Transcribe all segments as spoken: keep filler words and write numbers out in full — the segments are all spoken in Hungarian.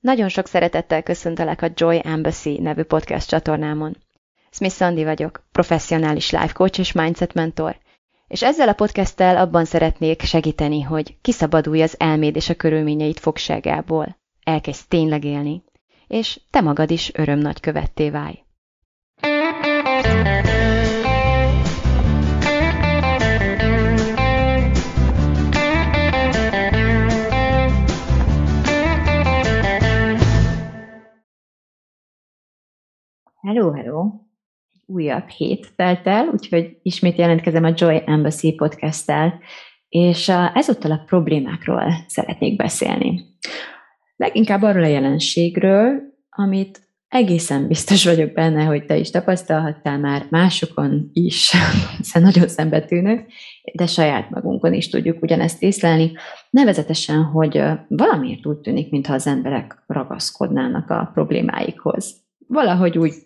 Nagyon sok szeretettel köszöntelek a Joy Embassy nevű podcast csatornámon. Smith Andi vagyok, professzionális life coach és mindset mentor, és ezzel a podcasttel abban szeretnék segíteni, hogy kiszabadulj az elméd és a körülményeid fogságából, elkezdj tényleg élni, és te magad is örömnagykövetté válj. Hello, hello! Újabb hét telt el, úgyhogy ismét jelentkezem a Joy Embassy podcasttel, és ezúttal a problémákról szeretnék beszélni. Leginkább arról a jelenségről, amit egészen biztos vagyok benne, hogy te is tapasztalhattál már másokon is, hiszen nagyon szembetűnő, de saját magunkon is tudjuk ugyanezt észlelni, nevezetesen, hogy valamiért úgy tűnik, mintha az emberek ragaszkodnának a problémáikhoz. Valahogy úgy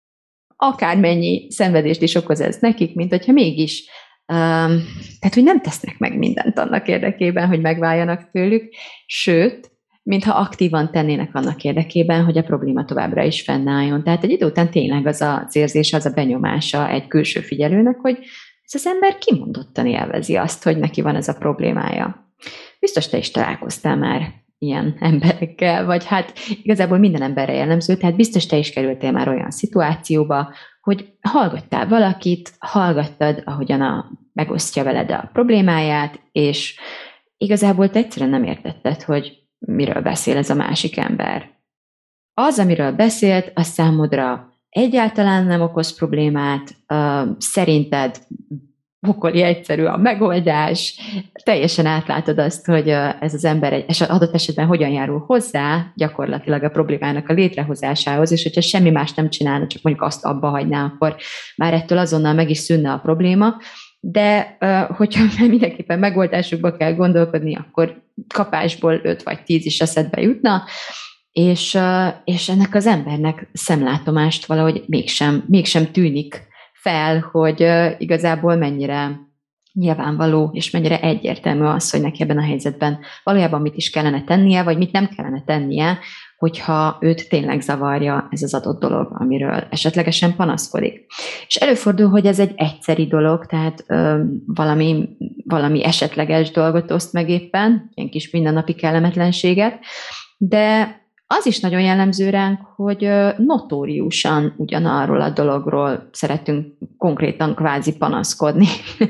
akármennyi szenvedést is okoz ez nekik, mint hogyha mégis, um, tehát hogy nem tesznek meg mindent annak érdekében, hogy megváljanak tőlük, sőt, mintha aktívan tennének annak érdekében, hogy a probléma továbbra is fennálljon. Tehát egy idő után tényleg az az érzése, az a benyomása egy külső figyelőnek, hogy ez az ember kimondottan élvezi azt, hogy neki van ez a problémája. Biztos te is találkoztál már ilyen emberekkel, vagy hát igazából minden emberre jellemző, tehát biztos te is kerültél már olyan szituációba, hogy hallgattál valakit, hallgattad, ahogyan a, megosztja veled a problémáját, és igazából te egyszerűen nem értetted, hogy miről beszél ez a másik ember. Az, amiről beszélt, az számodra egyáltalán nem okoz problémát, uh, szerinted pokoli egyszerű a megoldás, teljesen átlátod azt, hogy ez az ember egy adott esetben hogyan járul hozzá gyakorlatilag a problémának a létrehozásához, és hogyha semmi más nem csinálna, csak mondjuk azt abba hagyná, akkor már ettől azonnal meg is szűnne a probléma, de hogyha mindenképpen megoldásokba kell gondolkodni, akkor kapásból öt vagy tíz is eszedbe jutna, és, és ennek az embernek szemlátomást valahogy mégsem, mégsem tűnik fel, hogy uh, igazából mennyire nyilvánvaló, és mennyire egyértelmű az, hogy neki ebben a helyzetben valójában mit is kellene tennie, vagy mit nem kellene tennie, hogyha őt tényleg zavarja ez az adott dolog, amiről esetlegesen panaszkodik. És előfordul, hogy ez egy egyszeri dolog, tehát uh, valami, valami esetleges dolgot oszt meg éppen, ilyen kis mindennapi kellemetlenséget, de az is nagyon jellemző ránk, hogy notóriusan ugyanarról a dologról szeretünk konkrétan kvázi panaszkodni.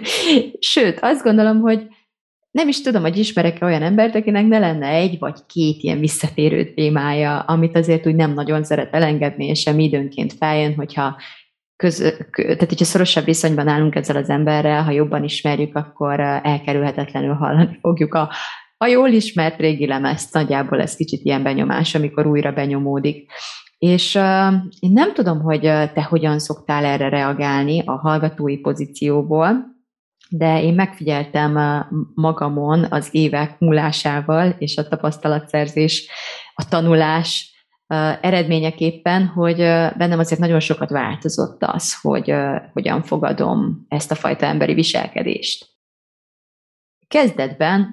Sőt, azt gondolom, hogy nem is tudom, hogy ismerek-e olyan embert, akinek ne lenne egy vagy két ilyen visszatérő témája, amit azért úgy nem nagyon szeret elengedni, és sem időnként feljön, hogyha Köz, tehát, hogyha szorosabb viszonyban állunk ezzel az emberrel, ha jobban ismerjük, akkor elkerülhetetlenül hallani fogjuk a A jól ismert régi lemezt, nagyjából ez kicsit ilyen benyomás, amikor újra benyomódik. És uh, én nem tudom, hogy te hogyan szoktál erre reagálni a hallgatói pozícióból, de én megfigyeltem uh, magamon az évek múlásával, és a tapasztalatszerzés, a tanulás uh, eredményeképpen, hogy uh, bennem azért nagyon sokat változott az, hogy uh, hogyan fogadom ezt a fajta emberi viselkedést. Kezdetben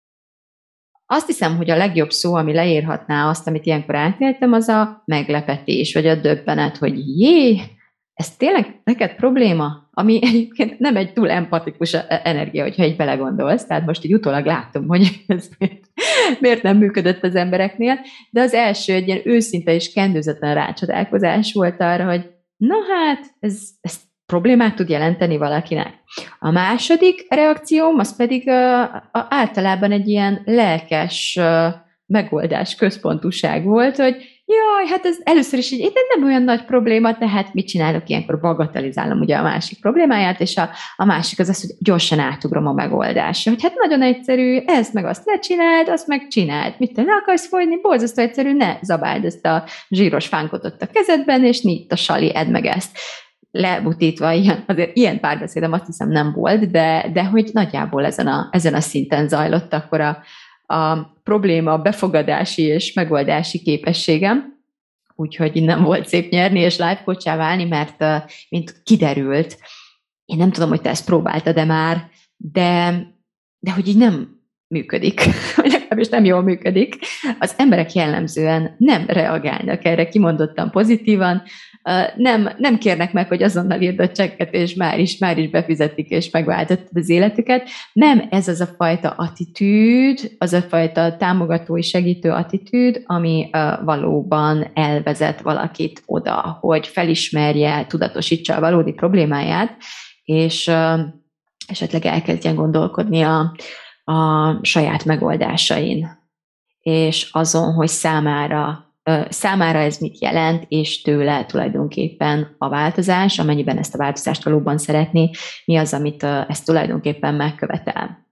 azt hiszem, hogy a legjobb szó, ami leírhatná azt, amit ilyenkor átéltem, az a meglepetés, vagy a döbbenet, hogy jé, ez tényleg neked probléma? Ami egyébként nem egy túl empatikus energia, hogyha így belegondolsz, tehát most így utólag látom, hogy ez miért, miért nem működött az embereknél, de az első egy ilyen őszinte és kendőzetlen rácsodálkozás volt arra, hogy na hát, ez, ez problémát tud jelenteni valakinek. A második reakcióm az pedig uh, általában egy ilyen lelkes uh, megoldás központúság volt, hogy jaj, hát ez először is így nem olyan nagy probléma, tehát mit csinálok ilyenkor, bagatelizálom ugye a másik problémáját, és a, a másik az az, hogy gyorsan átugrom a megoldásra, hogy hát nagyon egyszerű, ezt meg azt ne csináld, azt meg csináld, mit te le akarsz folyni, borzasztó egyszerű, ne zabáld ezt a zsíros fánkot ott a kezedben, és nyit a sali, edd meg ezt. Lebutítva, ilyen, azért ilyen párbeszédem azt hiszem nem volt, de, de hogy nagyjából ezen a, ezen a szinten zajlott akkor a, a probléma, a befogadási és megoldási képességem, úgyhogy innen volt szép nyerni és life coachá válni, mert mint kiderült, én nem tudom, hogy te ezt próbáltad-e már, de, de hogy így nem működik, vagy legalábbis nem jól működik. Az emberek jellemzően nem reagálnak erre kimondottan pozitívan, nem, nem kérnek meg, hogy azonnal írd a csekket, és már is, már is befizetik, és megváltottad az életüket. Nem ez az a fajta attitűd, az a fajta támogatói, segítő attitűd, ami valóban elvezet valakit oda, hogy felismerje, tudatosítsa a valódi problémáját, és esetleg elkezdjen gondolkodni a, a saját megoldásain, és azon, hogy számára, számára ez mit jelent, és tőle tulajdonképpen a változás, amennyiben ezt a változást valóban szeretné, mi az, amit ezt tulajdonképpen megkövetel.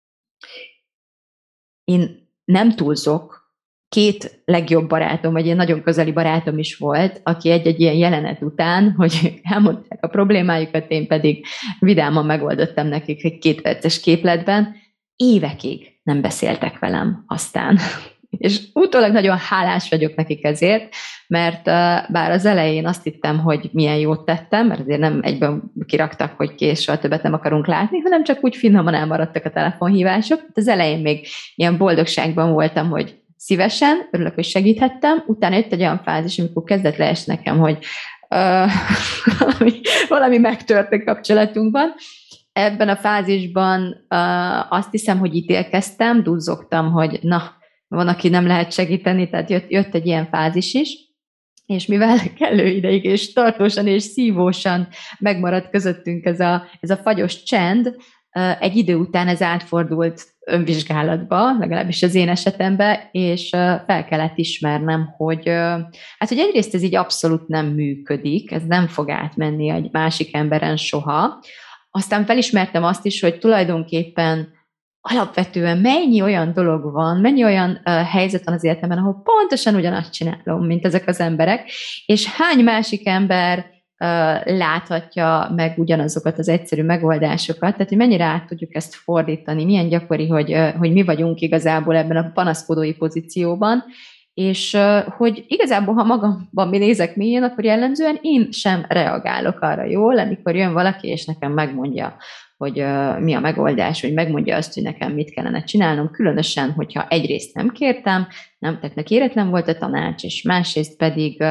Én nem túlzok, két legjobb barátom, vagy egy nagyon közeli barátom is volt, aki egy-egy ilyen jelenet után, hogy elmondták a problémájukat, én pedig vidáman megoldottam nekik egy két perces képletben, évekig nem beszéltek velem aztán. És utólag nagyon hálás vagyok nekik ezért, mert bár az elején azt hittem, hogy milyen jót tettem, mert azért nem egyben kiraktak, hogy később többet nem akarunk látni, hanem csak úgy finoman elmaradtak a telefonhívások. Az elején még ilyen boldogságban voltam, hogy szívesen, örülök, hogy segíthettem. Utána jött egy olyan fázis, amikor kezdett leesni nekem, hogy uh, valami, valami megtört a kapcsolatunkban. Ebben a fázisban uh, azt hiszem, hogy ítélkeztem, duzzogtam, hogy na, van, aki nem lehet segíteni, tehát jött, jött egy ilyen fázis is, és mivel kellő ideig, és tartósan, és szívósan megmaradt közöttünk ez a, ez a fagyos csend, uh, egy idő után ez átfordult önvizsgálatba, legalábbis az én esetemben, és fel kellett ismernem, hogy, hát, hogy egyrészt ez így abszolút nem működik, ez nem fog átmenni egy másik emberen soha. Aztán felismertem azt is, hogy tulajdonképpen alapvetően mennyi olyan dolog van, mennyi olyan uh, helyzet van az életemben, ahol pontosan ugyanazt csinálom, mint ezek az emberek, és hány másik ember láthatja meg ugyanazokat az egyszerű megoldásokat, tehát hogy mennyire át tudjuk ezt fordítani, milyen gyakori, hogy, hogy mi vagyunk igazából ebben a panaszkodói pozícióban, és hogy igazából, ha magamban mi nézek mélyen, akkor jellemzően én sem reagálok arra jól, amikor jön valaki, és nekem megmondja, hogy mi a megoldás, hogy megmondja azt, hogy nekem mit kellene csinálnom, különösen, hogyha egyrészt nem kértem, nem, tehát kéretlen volt a tanács, és másrészt pedig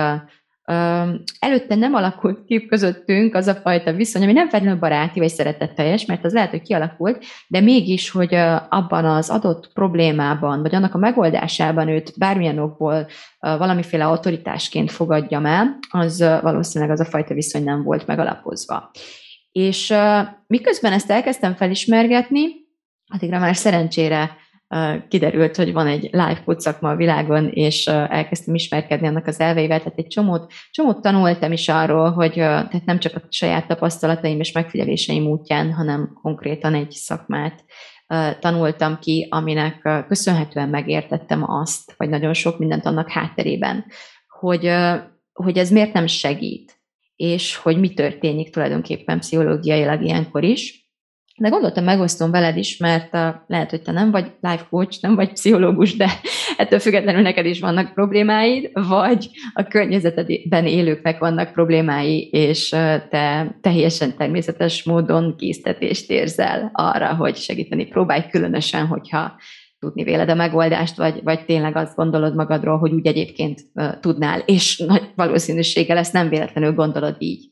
előtte nem alakult ki közöttünk az a fajta viszony, ami nem feltétlenül baráti vagy szeretetteljes, mert az lehet, hogy kialakult, de mégis, hogy abban az adott problémában, vagy annak a megoldásában őt bármilyen okból valamiféle autoritásként fogadjam el, az valószínűleg az a fajta viszony nem volt megalapozva. És miközben ezt elkezdtem felismergetni, addigra már szerencsére kiderült, hogy van egy life coach szakma a világon, és elkezdtem ismerkedni annak az elveivel, tehát egy csomót, csomót tanultam is arról, hogy tehát nem csak a saját tapasztalataim és megfigyeléseim útján, hanem konkrétan egy szakmát tanultam ki, aminek köszönhetően megértettem azt, vagy nagyon sok mindent annak hátterében, hogy, hogy ez miért nem segít, és hogy mi történik tulajdonképpen pszichológiailag ilyenkor is. De gondoltam, megosztom veled is, mert uh, lehet, hogy te nem vagy life coach, nem vagy pszichológus, de ettől függetlenül neked is vannak problémáid, vagy a környezetedben élőknek vannak problémái, és uh, te teljesen természetes módon késztetést érzel arra, hogy segíteni próbálj, különösen, hogyha tudni véled a megoldást, vagy, vagy tényleg azt gondolod magadról, hogy úgy egyébként uh, tudnál, és nagy valószínűséggel ezt nem véletlenül gondolod így.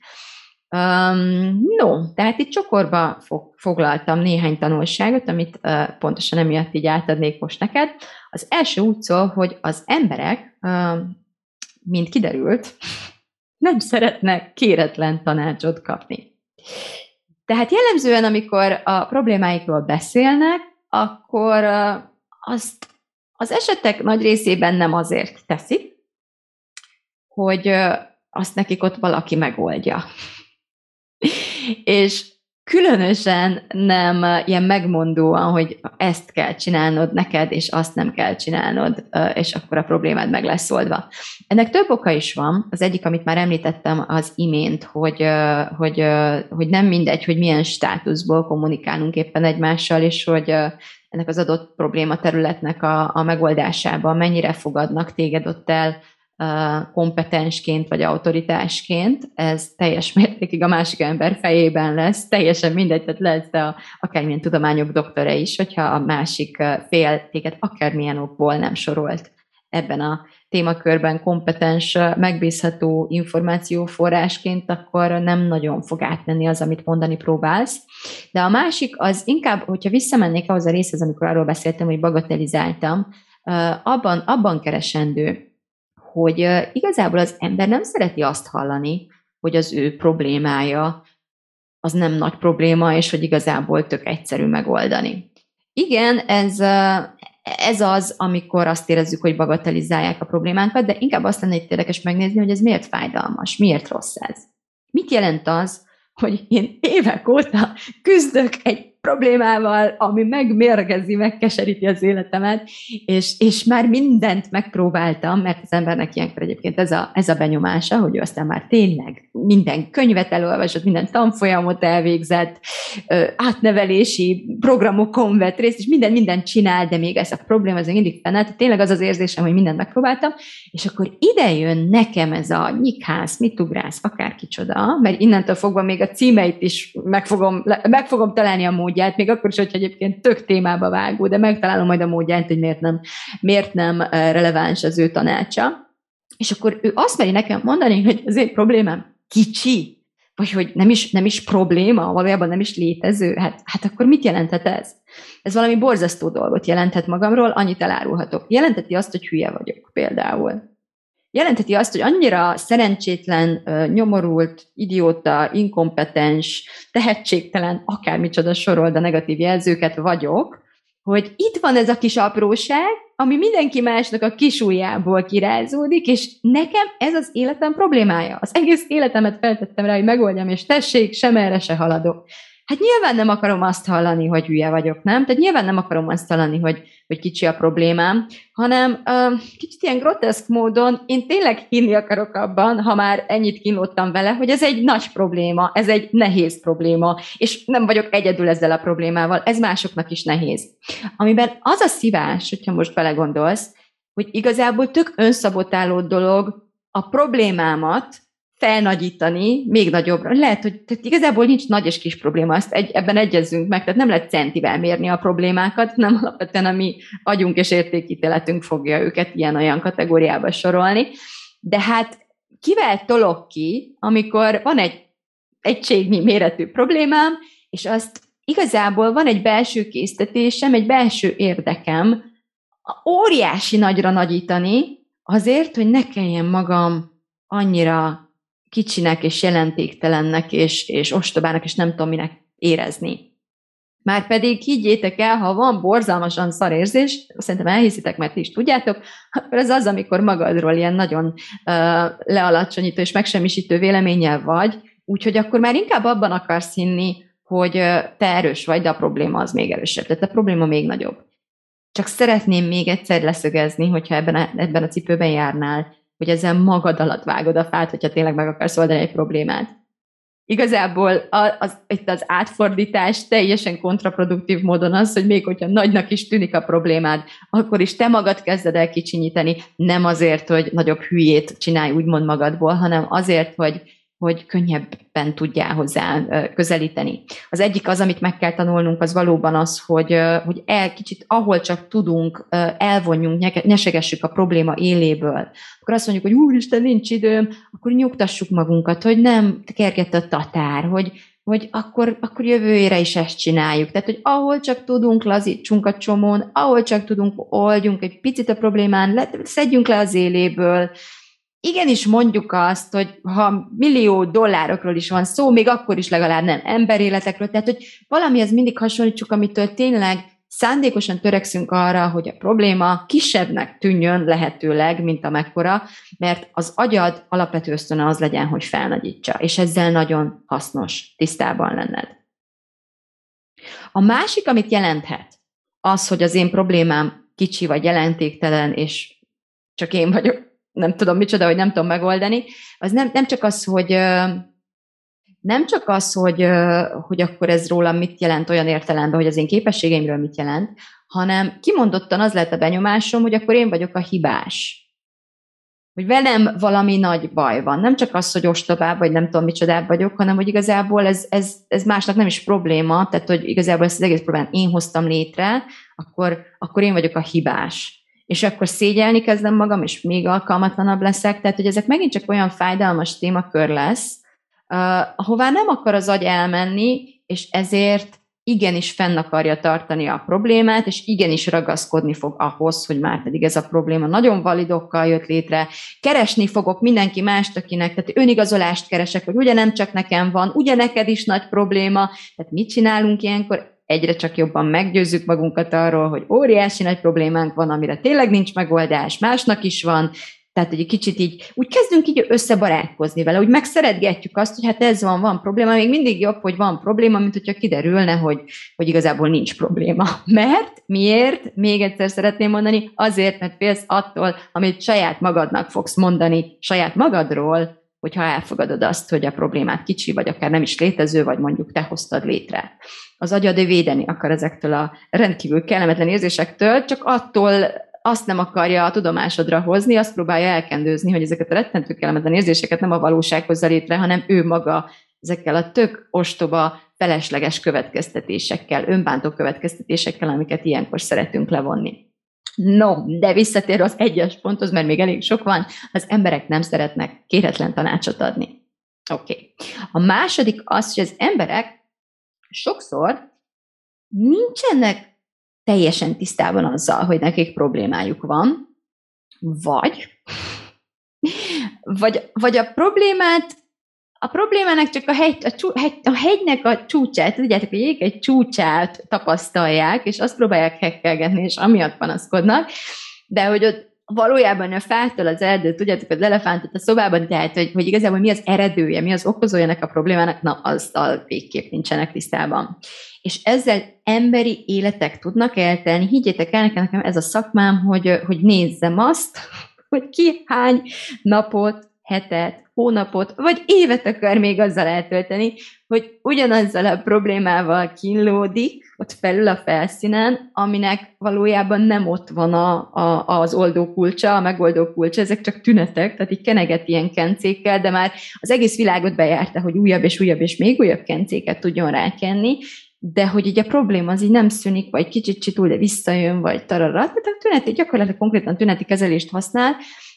Um, no, tehát itt csokorba fog, foglaltam néhány tanulságot, amit uh, pontosan emiatt így átadnék most neked. Az első úgy szól, hogy az emberek, uh, mint kiderült, nem szeretnek kéretlen tanácsot kapni. Tehát jellemzően, amikor a problémáikról beszélnek, akkor uh, azt az esetek nagy részében nem azért teszik, hogy uh, azt nekik ott valaki megoldja. És különösen nem ilyen megmondóan, hogy ezt kell csinálnod neked, és azt nem kell csinálnod, és akkor a problémád meg lesz oldva. Ennek több oka is van. Az egyik, amit már említettem az imént, hogy, hogy, hogy nem mindegy, hogy milyen státuszból kommunikálunk éppen egymással, és hogy ennek az adott probléma területnek a, a megoldásában mennyire fogadnak téged ott el kompetensként vagy autoritásként, ez teljes mértékig a másik ember fejében lesz, teljesen mindegy, tehát lesz de a, akármilyen tudományok doktora is, hogyha a másik fél téged akármilyen okból nem sorolt ebben a témakörben kompetens, megbízható információforrásként, akkor nem nagyon fog átmenni az, amit mondani próbálsz. De a másik az inkább, hogyha visszamennék ahhoz a részhez, amikor arról beszéltem, hogy bagatelizáltam, abban, abban keresendő, hogy igazából az ember nem szereti azt hallani, hogy az ő problémája az nem nagy probléma, és hogy igazából tök egyszerű megoldani. Igen, ez, ez az, amikor azt érezzük, hogy bagatelizálják a problémánkat, de inkább azt lenne itt érdekes megnézni, hogy ez miért fájdalmas, miért rossz ez. Mit jelent az, hogy én évek óta küzdök egy problémával, ami megmérgezi, megkeseríti az életemet, és, és már mindent megpróbáltam, mert az embernek ilyenkor egyébként ez a, ez a benyomása, hogy ő aztán már tényleg minden könyvet elolvasott, minden tanfolyamot elvégzett, átnevelési programokon vett részt, és minden, mindent csinál, de még ez a probléma, ez mindig fennállt. Tényleg az az érzésem, hogy mindent megpróbáltam, és akkor ide jön nekem ez a nyikhász, mit ugrász, akár kicsoda, mert innentől fogva még a címeit is meg fogom, meg fogom találni a módját, még akkor is, hogyha egyébként tök témába vágó, de megtalálom majd a módját, hogy miért nem, miért nem releváns az ő tanácsa. És akkor ő azt meri nekem mondani, hogy az én problémám kicsi, vagy hogy nem is, nem is probléma, valójában nem is létező. Hát, hát akkor mit jelenthet ez? Ez valami borzasztó dolgot jelenthet magamról, annyit elárulhatok. Jelentheti azt, hogy hülye vagyok például. Jelentheti azt, hogy annyira szerencsétlen, nyomorult, idióta, inkompetens, tehetségtelen, akármicsoda sorold a negatív jelzőket vagyok, hogy itt van ez a kis apróság, ami mindenki másnak a kis ujjából kirázódik, és nekem ez az életem problémája. Az egész életemet feltettem rá, hogy megoldjam, és tessék, sem erre se haladok. Hát nyilván nem akarom azt hallani, hogy hülye vagyok, nem? Tehát nyilván nem akarom azt hallani, hogy, hogy kicsi a problémám, hanem uh, kicsit ilyen groteszk módon én tényleg hinni akarok abban, ha már ennyit kínlódtam vele, hogy ez egy nagy probléma, ez egy nehéz probléma, és nem vagyok egyedül ezzel a problémával, ez másoknak is nehéz. Amiben az a szívás, hogyha most belegondolsz, hogy igazából tök önszabotáló dolog a problémámat felnagyítani még nagyobbra. Lehet, hogy tehát igazából nincs nagy és kis probléma, ezt egy, ebben egyezzünk meg, tehát nem lehet centivel mérni a problémákat, nem alapvetően a mi agyunk és értékítéletünk fogja őket ilyen-olyan kategóriába sorolni, de hát kivel tolok ki, amikor van egy egységnyi méretű problémám, és azt igazából van egy belső késztetésem, egy belső érdekem óriási nagyra nagyítani azért, hogy ne kelljen magam annyira kicsinek és jelentéktelennek és, és ostobának és nem tudom minek érezni. Márpedig higgyétek el, ha van borzalmasan szarérzés, szerintem elhiszitek, mert ti is tudjátok, akkor ez az, amikor magadról ilyen nagyon uh, lealacsonyító és megsemmisítő véleménnyel vagy, úgyhogy akkor már inkább abban akarsz hinni, hogy uh, te erős vagy, de a probléma az még erősebb. Tehát a probléma még nagyobb. Csak szeretném még egyszer leszögezni, hogyha ebben a, ebben a cipőben járnál, hogy ezzel magad alatt vágod a fát, hogyha tényleg meg akarsz oldani egy problémát. Igazából az, az, itt az átfordítás teljesen kontraproduktív módon az, hogy még hogyha nagynak is tűnik a problémád, akkor is te magad kezded el kicsinyíteni, nem azért, hogy nagyobb hülyét csinálj úgymond magadból, hanem azért, hogy, hogy könnyebben tudjál hozzá közelíteni. Az egyik az, amit meg kell tanulnunk, az valóban az, hogy, hogy el kicsit, ahol csak tudunk, elvonjunk, nyesegessük a probléma éléből. Akkor azt mondjuk, hogy úristen, nincs időm, akkor nyugtassuk magunkat, hogy nem kerget a tatár, hogy, hogy akkor, akkor jövőre is ezt csináljuk. Tehát, hogy ahol csak tudunk, lazítsunk a csomón, ahol csak tudunk, oldjunk egy picit a problémán, le, szedjünk le az éléből. Igenis mondjuk azt, hogy ha millió dollárokról is van szó, még akkor is legalább nem emberéletekről, tehát hogy valamihez mindig hasonlítsuk, amitől tényleg szándékosan törekszünk arra, hogy a probléma kisebbnek tűnjön lehetőleg, mint amekkora, mert az agyad alapvető ösztöne az legyen, hogy felnagyítsa, és ezzel nagyon hasznos tisztában lenned. A másik, amit jelenthet, az, hogy az én problémám kicsi vagy jelentéktelen, és csak én vagyok, nem tudom micsoda, hogy nem tudom megoldani, az nem, nem csak az, hogy nem csak az, hogy, hogy akkor ez rólam mit jelent olyan értelemben, hogy az én képességeimről mit jelent, hanem kimondottan az lett a benyomásom, hogy akkor én vagyok a hibás. hogy velem valami nagy baj van. Nem csak az, hogy ostobább, vagy nem tudom micsodább vagyok, hanem hogy igazából ez, ez, ez másnak nem is probléma, tehát hogy igazából ezt az egész problémát én hoztam létre, akkor, akkor én vagyok a hibás. És akkor szégyelni kezdem magam, és még alkalmatlanabb leszek. Tehát, hogy ezek megint csak olyan fájdalmas témakör lesz, uh, ahová nem akar az agy elmenni, és ezért igenis fenn akarja tartani a problémát, és igenis ragaszkodni fog ahhoz, hogy már pedig ez a probléma nagyon validokkal jött létre. Keresni fogok mindenki mást, akinek, tehát önigazolást keresek, hogy ugye nem csak nekem van, ugye neked is nagy probléma, tehát mit csinálunk ilyenkor? Egyre csak jobban meggyőzzük magunkat arról, hogy óriási nagy problémánk van, amire tényleg nincs megoldás, másnak is van, tehát, hogy egy kicsit így, úgy kezdünk így összebarátkozni vele, úgy megszeretgetjük azt, hogy hát ez van, van probléma, még mindig jobb, hogy van probléma, mint hogyha kiderülne, hogy, hogy igazából nincs probléma. Mert, miért? Még egyszer szeretném mondani, azért, mert félsz attól, amit saját magadnak fogsz mondani, saját magadról, hogyha elfogadod azt, hogy a problémát kicsi, vagy akár nem is létező, vagy mondjuk te hoztad létre. Az agyad védeni akar ezektől a rendkívül kellemetlen érzésektől, csak attól azt nem akarja a tudomásodra hozni, azt próbálja elkendőzni, hogy ezeket a rettentő kellemetlen érzéseket nem a valóság hozza létre, hanem ő maga ezekkel a tök ostoba, felesleges következtetésekkel, önbántó következtetésekkel, amiket ilyenkor szeretünk levonni. No, de visszatér az egyes ponthoz, mert még elég sok van, az emberek nem szeretnek kérhetlen tanácsot adni. Oké. Okay. A második az, hogy az emberek sokszor nincsenek teljesen tisztában azzal, hogy nekik problémájuk van, vagy, vagy, vagy a problémát, a problémának csak a, hegy, a, csú, hegy, a hegynek a csúcsát, tudjátok, hogy jég egy csúcsát tapasztalják, és azt próbálják hekkelgetni, és amiatt panaszkodnak, de hogy ott valójában a fától az erdőt, tudjátok, az elefántot a szobában, tehát, hogy, hogy igazából mi az eredője, mi az okozója ennek a problémának, na, azzal végképp nincsenek tisztában. És ezzel emberi életek tudnak eltelni. Higgyétek el, nekem ez a szakmám, hogy, hogy nézzem azt, hogy ki hány napot, hetet, hónapot, vagy évet akar még azzal eltölteni, hogy ugyanazzal a problémával kínlódik, ott felül a felszínen, aminek valójában nem ott van a, a, az oldó kulcsa, a megoldó kulcsa, ezek csak tünetek, tehát így keneget ilyen kencékkel, de már az egész világot bejárta, hogy újabb és újabb és még újabb kencéket tudjon rákenni, de hogy így a probléma az így nem szűnik, vagy kicsit csitul, de visszajön, vagy tararat, tehát a tüneti, gyakorlatilag konkrétan tüneti kezelést használ,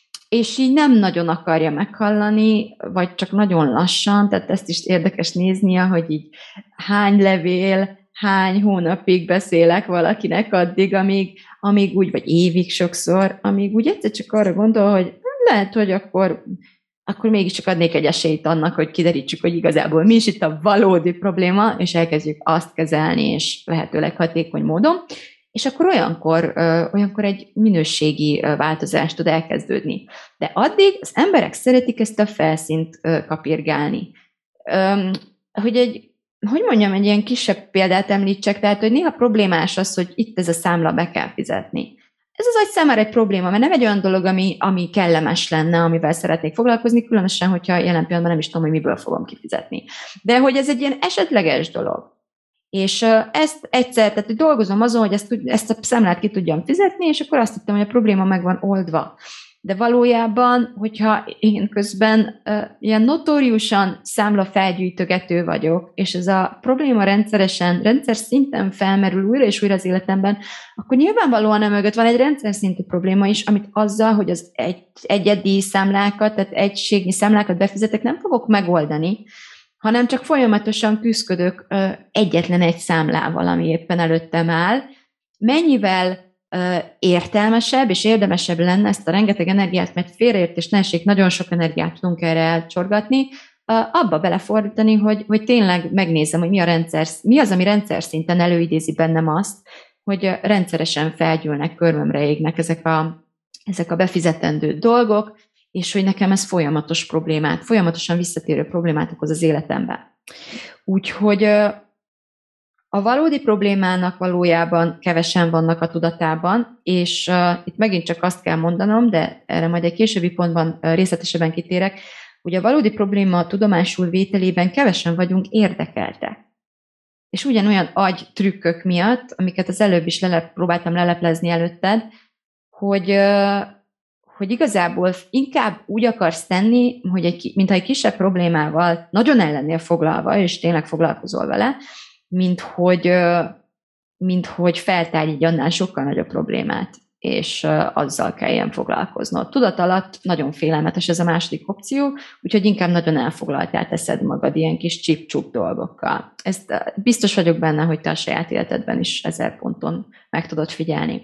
és így nem nagyon akarja meghallani, vagy csak nagyon lassan, tehát ezt is érdekes néznie, hogy így hány levél, hány hónapig beszélek valakinek addig, amíg, amíg úgy, vagy évig sokszor, amíg úgy egyszer csak arra gondol, hogy lehet, hogy akkor, akkor mégiscsak adnék egy esélyt annak, hogy kiderítsük, hogy igazából mi is itt a valódi probléma, és elkezdjük azt kezelni, és lehetőleg hatékony módon. És akkor olyankor, ö, olyankor egy minőségi ö, változás tud elkezdődni. De addig az emberek szeretik ezt a felszínt ö, kapirgálni. Öm, hogy egy, hogy mondjam, egy ilyen kisebb példát említsek, tehát, hogy néha problémás az, hogy itt ez a számla be kell fizetni. Ez az agy számára egy probléma, mert nem egy olyan dolog, ami, ami kellemes lenne, amivel szeretnék foglalkozni, különösen, hogyha jelen pillanatban nem is tudom, hogy miből fogom kifizetni. De hogy ez egy ilyen esetleges dolog. És ezt egyszer, tehát hogy dolgozom azon, hogy ezt, ezt a számlát ki tudjam fizetni, és akkor azt hittem, hogy a probléma meg van oldva. De valójában, hogyha én közben uh, ilyen notóriusan számlafelgyűjtögető vagyok, és ez a probléma rendszeresen, rendszer szinten felmerül újra és újra az életemben, akkor nyilvánvalóan emögött van egy rendszer szintű probléma is, amit azzal, hogy az egy, egyedi számlákat, tehát egységnyi számlákat befizetek, nem fogok megoldani, hanem csak folyamatosan küzdködök uh, egyetlen egy számlával, ami éppen előttem áll. Mennyivel értelmesebb és érdemesebb lenne ezt a rengeteg energiát, mert félreértés ne essék, nagyon sok energiát tudunk erre elcsorgatni, abba belefordítani, hogy, hogy tényleg megnézem, hogy mi, a rendszer, mi az, ami rendszer szinten előidézi bennem azt, hogy rendszeresen felgyűlnek, körmömre égnek ezek a, ezek a befizetendő dolgok, és hogy nekem ez folyamatos problémát, folyamatosan visszatérő problémát okoz az életemben. Úgyhogy a valódi problémának valójában kevesen vannak a tudatában, és uh, itt megint csak azt kell mondanom, de erre majd egy későbbi pontban uh, részletesebben kitérek, hogy a valódi probléma tudomásul vételében kevesen vagyunk érdekeltek. És ugyanolyan agy trükkök miatt, amiket az előbb is lelep, próbáltam leleplezni előtted, hogy, uh, hogy igazából inkább úgy akarsz tenni, hogy egy, mintha egy kisebb problémával nagyon el lennél foglalva, és tényleg foglalkozol vele, mint hogy, mint hogy feltárj egy annál sokkal nagyobb problémát, és azzal kelljen foglalkoznod. Tudat alatt nagyon félelmetes ez a második opció, úgyhogy inkább nagyon elfoglaltál teszed magad ilyen kis csip-csup dolgokkal. Ezt biztos vagyok benne, hogy te a saját életedben is ezer ponton meg tudod figyelni.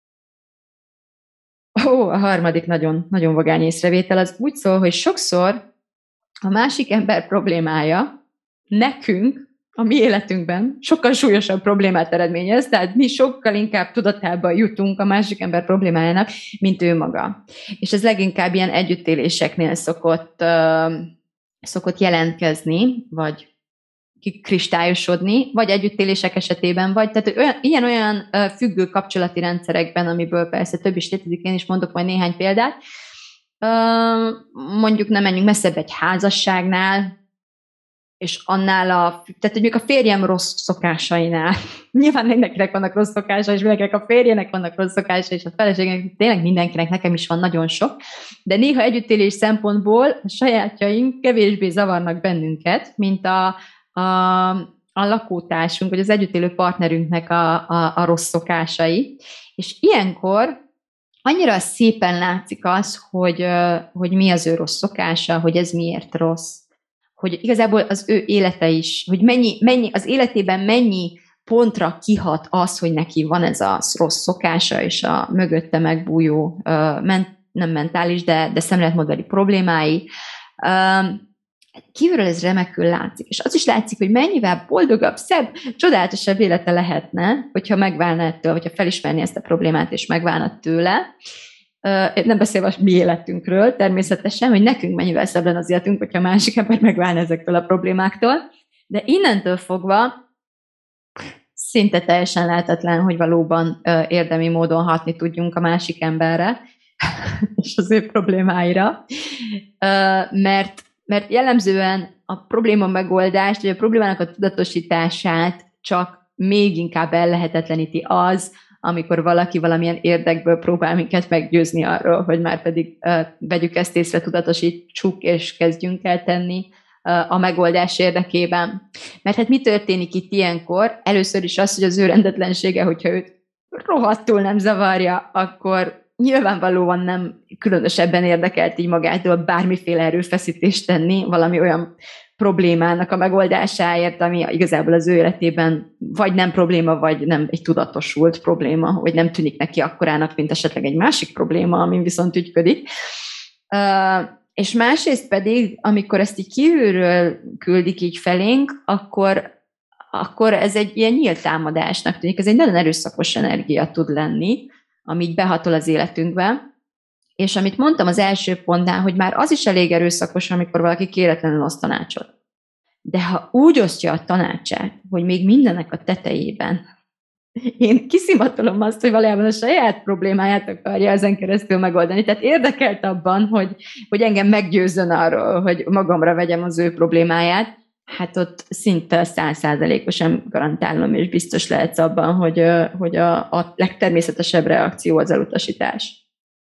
Ó, a harmadik nagyon, nagyon vagány észrevétel az úgy szól, hogy sokszor a másik ember problémája nekünk, a mi életünkben sokkal súlyosabb problémát eredményez, tehát mi sokkal inkább tudatába jutunk a másik ember problémájának, mint ő maga. És ez leginkább ilyen együttéléseknél szokott, uh, szokott jelentkezni, vagy kikristályosodni, vagy együttélések esetében, vagy tehát olyan, ilyen-olyan uh, függő kapcsolati rendszerekben, amiből persze több is létezik, én is mondok majd néhány példát. Uh, mondjuk nem menjünk messzebb egy házasságnál, és annál a, tehát hogy még a férjem rossz szokásainál, nyilván mindenkinek vannak rossz szokásai, és mindenkinek a férjének vannak rossz szokásai, és a feleségnek, tényleg mindenkinek, nekem is van nagyon sok, de néha együttélés szempontból a sajátjaink kevésbé zavarnak bennünket, mint a, a, a lakótársunk, vagy az együttélő partnerünknek a, a, a rossz szokásai. És ilyenkor annyira szépen látszik az, hogy, hogy mi az ő rossz szokása, hogy ez miért rossz, hogy igazából az ő élete is, hogy mennyi, mennyi, az életében mennyi pontra kihat az, hogy neki van ez a rossz szokása, és a mögötte megbújó, uh, ment, nem mentális, de, de szemléletmódbeli problémái. Uh, kívülről ez remekül látszik, és az is látszik, hogy mennyivel boldogabb, szebb, csodálatosabb élete lehetne, hogyha megválna ettől, hogyha felismerni ezt a problémát, és megválna tőle. Nem beszélve a mi életünkről, természetesen, hogy nekünk mennyivel szebb lenne az életünk, hogyha a másik ember megválna ezektől a problémáktól, de innentől fogva szinte teljesen lehetetlen, hogy valóban érdemi módon hatni tudjunk a másik emberre, és az ő problémáira, mert, mert jellemzően a probléma megoldást, vagy a problémának a tudatosítását csak még inkább ellehetetleníti az, amikor valaki valamilyen érdekből próbál minket meggyőzni arról, hogy már pedig uh, vegyük ezt észre, tudatosítsuk, és kezdjünk el tenni uh, a megoldás érdekében. Mert hát mi történik itt ilyenkor? Először is az, hogy az ő rendetlensége, hogyha őt rohadtul nem zavarja, akkor nyilvánvalóan nem különösebben érdekelt így magától bármiféle erőfeszítést tenni valami olyan problémának a megoldásáért, ami igazából az ő életében vagy nem probléma, vagy nem egy tudatosult probléma, vagy nem tűnik neki akkorának, mint esetleg egy másik probléma, amin viszont ügyködik. Uh, és másrészt pedig, amikor ezt így kívülről küldik így felénk, akkor, akkor ez egy ilyen nyílt támadásnak tűnik. Ez egy nagyon erőszakos energia tud lenni, ami így behatol az életünkbe. És amit mondtam az első pontnál, hogy már az is elég erőszakos, amikor valaki kéretlenül oszt tanácsot. De ha úgy osztja a tanácsát, hogy még mindennek a tetejében, én kiszimatolom azt, hogy valójában a saját problémáját akarja ezen keresztül megoldani. Tehát érdekelt abban, hogy, hogy engem meggyőzzön arról, hogy magamra vegyem az ő problémáját, hát ott szinte száz százalékosan garantálom, és biztos lehetsz abban, hogy, hogy a, a legtermészetesebb reakció az elutasítás.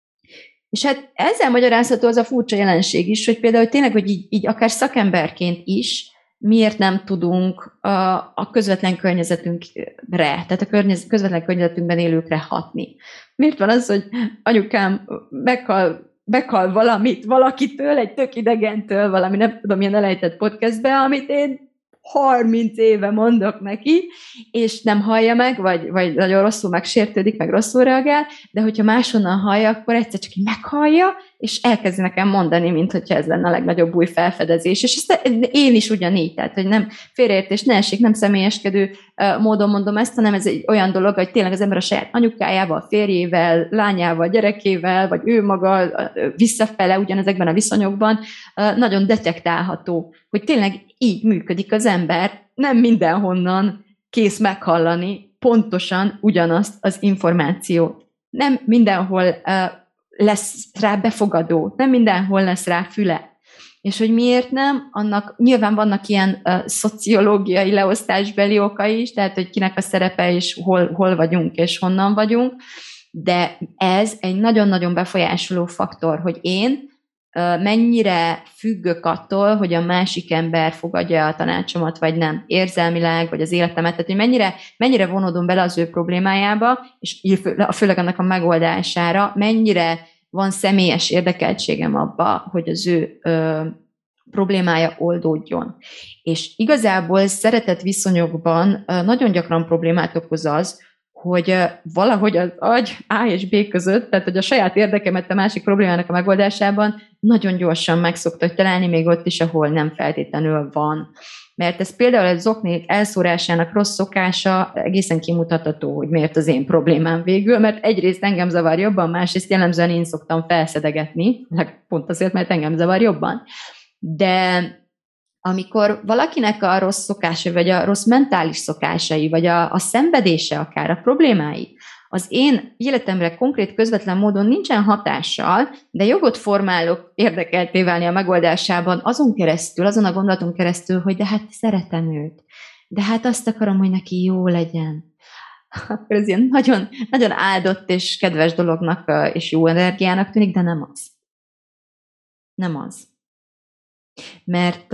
És hát ezzel magyarázható az a furcsa jelenség is, hogy például tényleg, hogy így, így akár szakemberként is miért nem tudunk a, a közvetlen környezetünkre, tehát a környez, közvetlen környezetünkben élőkre hatni. Miért van az, hogy anyukám meghal, meghal valamit valakitől, egy tök idegentől, valami nem tudom, milyen elejtett podcastbe, amit én harminc éve mondok neki, és nem hallja meg, vagy, vagy nagyon rosszul megsértődik, meg rosszul reagál, de hogyha máshonnan hallja, akkor egyszer csak így meghallja, és elkezdi nekem mondani, mint hogyha ez lenne a legnagyobb új felfedezés. És ezt én is ugyanígy, tehát, hogy nem félreértés, ne essék, nem személyeskedő módon mondom ezt, hanem ez egy olyan dolog, hogy tényleg az ember a saját anyukájával, férjével, lányával, gyerekével, vagy ő maga visszafele ugyanezekben a viszonyokban nagyon detektálható, hogy tényleg így működik az ember, nem mindenhonnan kész meghallani pontosan ugyanazt az információt. Nem mindenhol uh, lesz rá befogadó, nem mindenhol lesz rá füle. És hogy miért nem, annak nyilván vannak ilyen uh, szociológiai leosztásbeli okai is, tehát hogy kinek a szerepe és hol, hol vagyunk és honnan vagyunk, De ez egy nagyon-nagyon befolyásoló faktor, hogy én mennyire függök attól, hogy a másik ember fogadja a tanácsomat, vagy nem, érzelmileg, vagy az életemet, tehát hogy mennyire, mennyire vonódom bele az ő problémájába, és főleg annak a megoldására, mennyire van személyes érdekeltségem abba, hogy az ő ö, problémája oldódjon. És igazából szeretett viszonyokban ö, nagyon gyakran problémát okoz az, hogy valahogy az agy A és B között, tehát hogy a saját érdekemet a másik problémának a megoldásában nagyon gyorsan meg szoktak találni, még ott is, ahol nem feltétlenül van. Mert ez például egy zoknék elszórásának rossz szokása egészen kimutatható, hogy miért az én problémám végül, mert egyrészt engem zavar jobban, másrészt jellemzően én szoktam felszedegetni, pont azért, mert engem zavar jobban. De amikor valakinek a rossz szokása, vagy a rossz mentális szokásai, vagy a, a szenvedése akár, a problémái, az én életemre konkrét, közvetlen módon nincsen hatással, de jogot formálok érdekelté válni a megoldásában azon keresztül, azon a gondolaton keresztül, hogy de hát szeretem őt, de hát azt akarom, hogy neki jó legyen. Akkor ez ilyen nagyon, nagyon áldott és kedves dolognak és jó energiának tűnik, de nem az. Nem az. Mert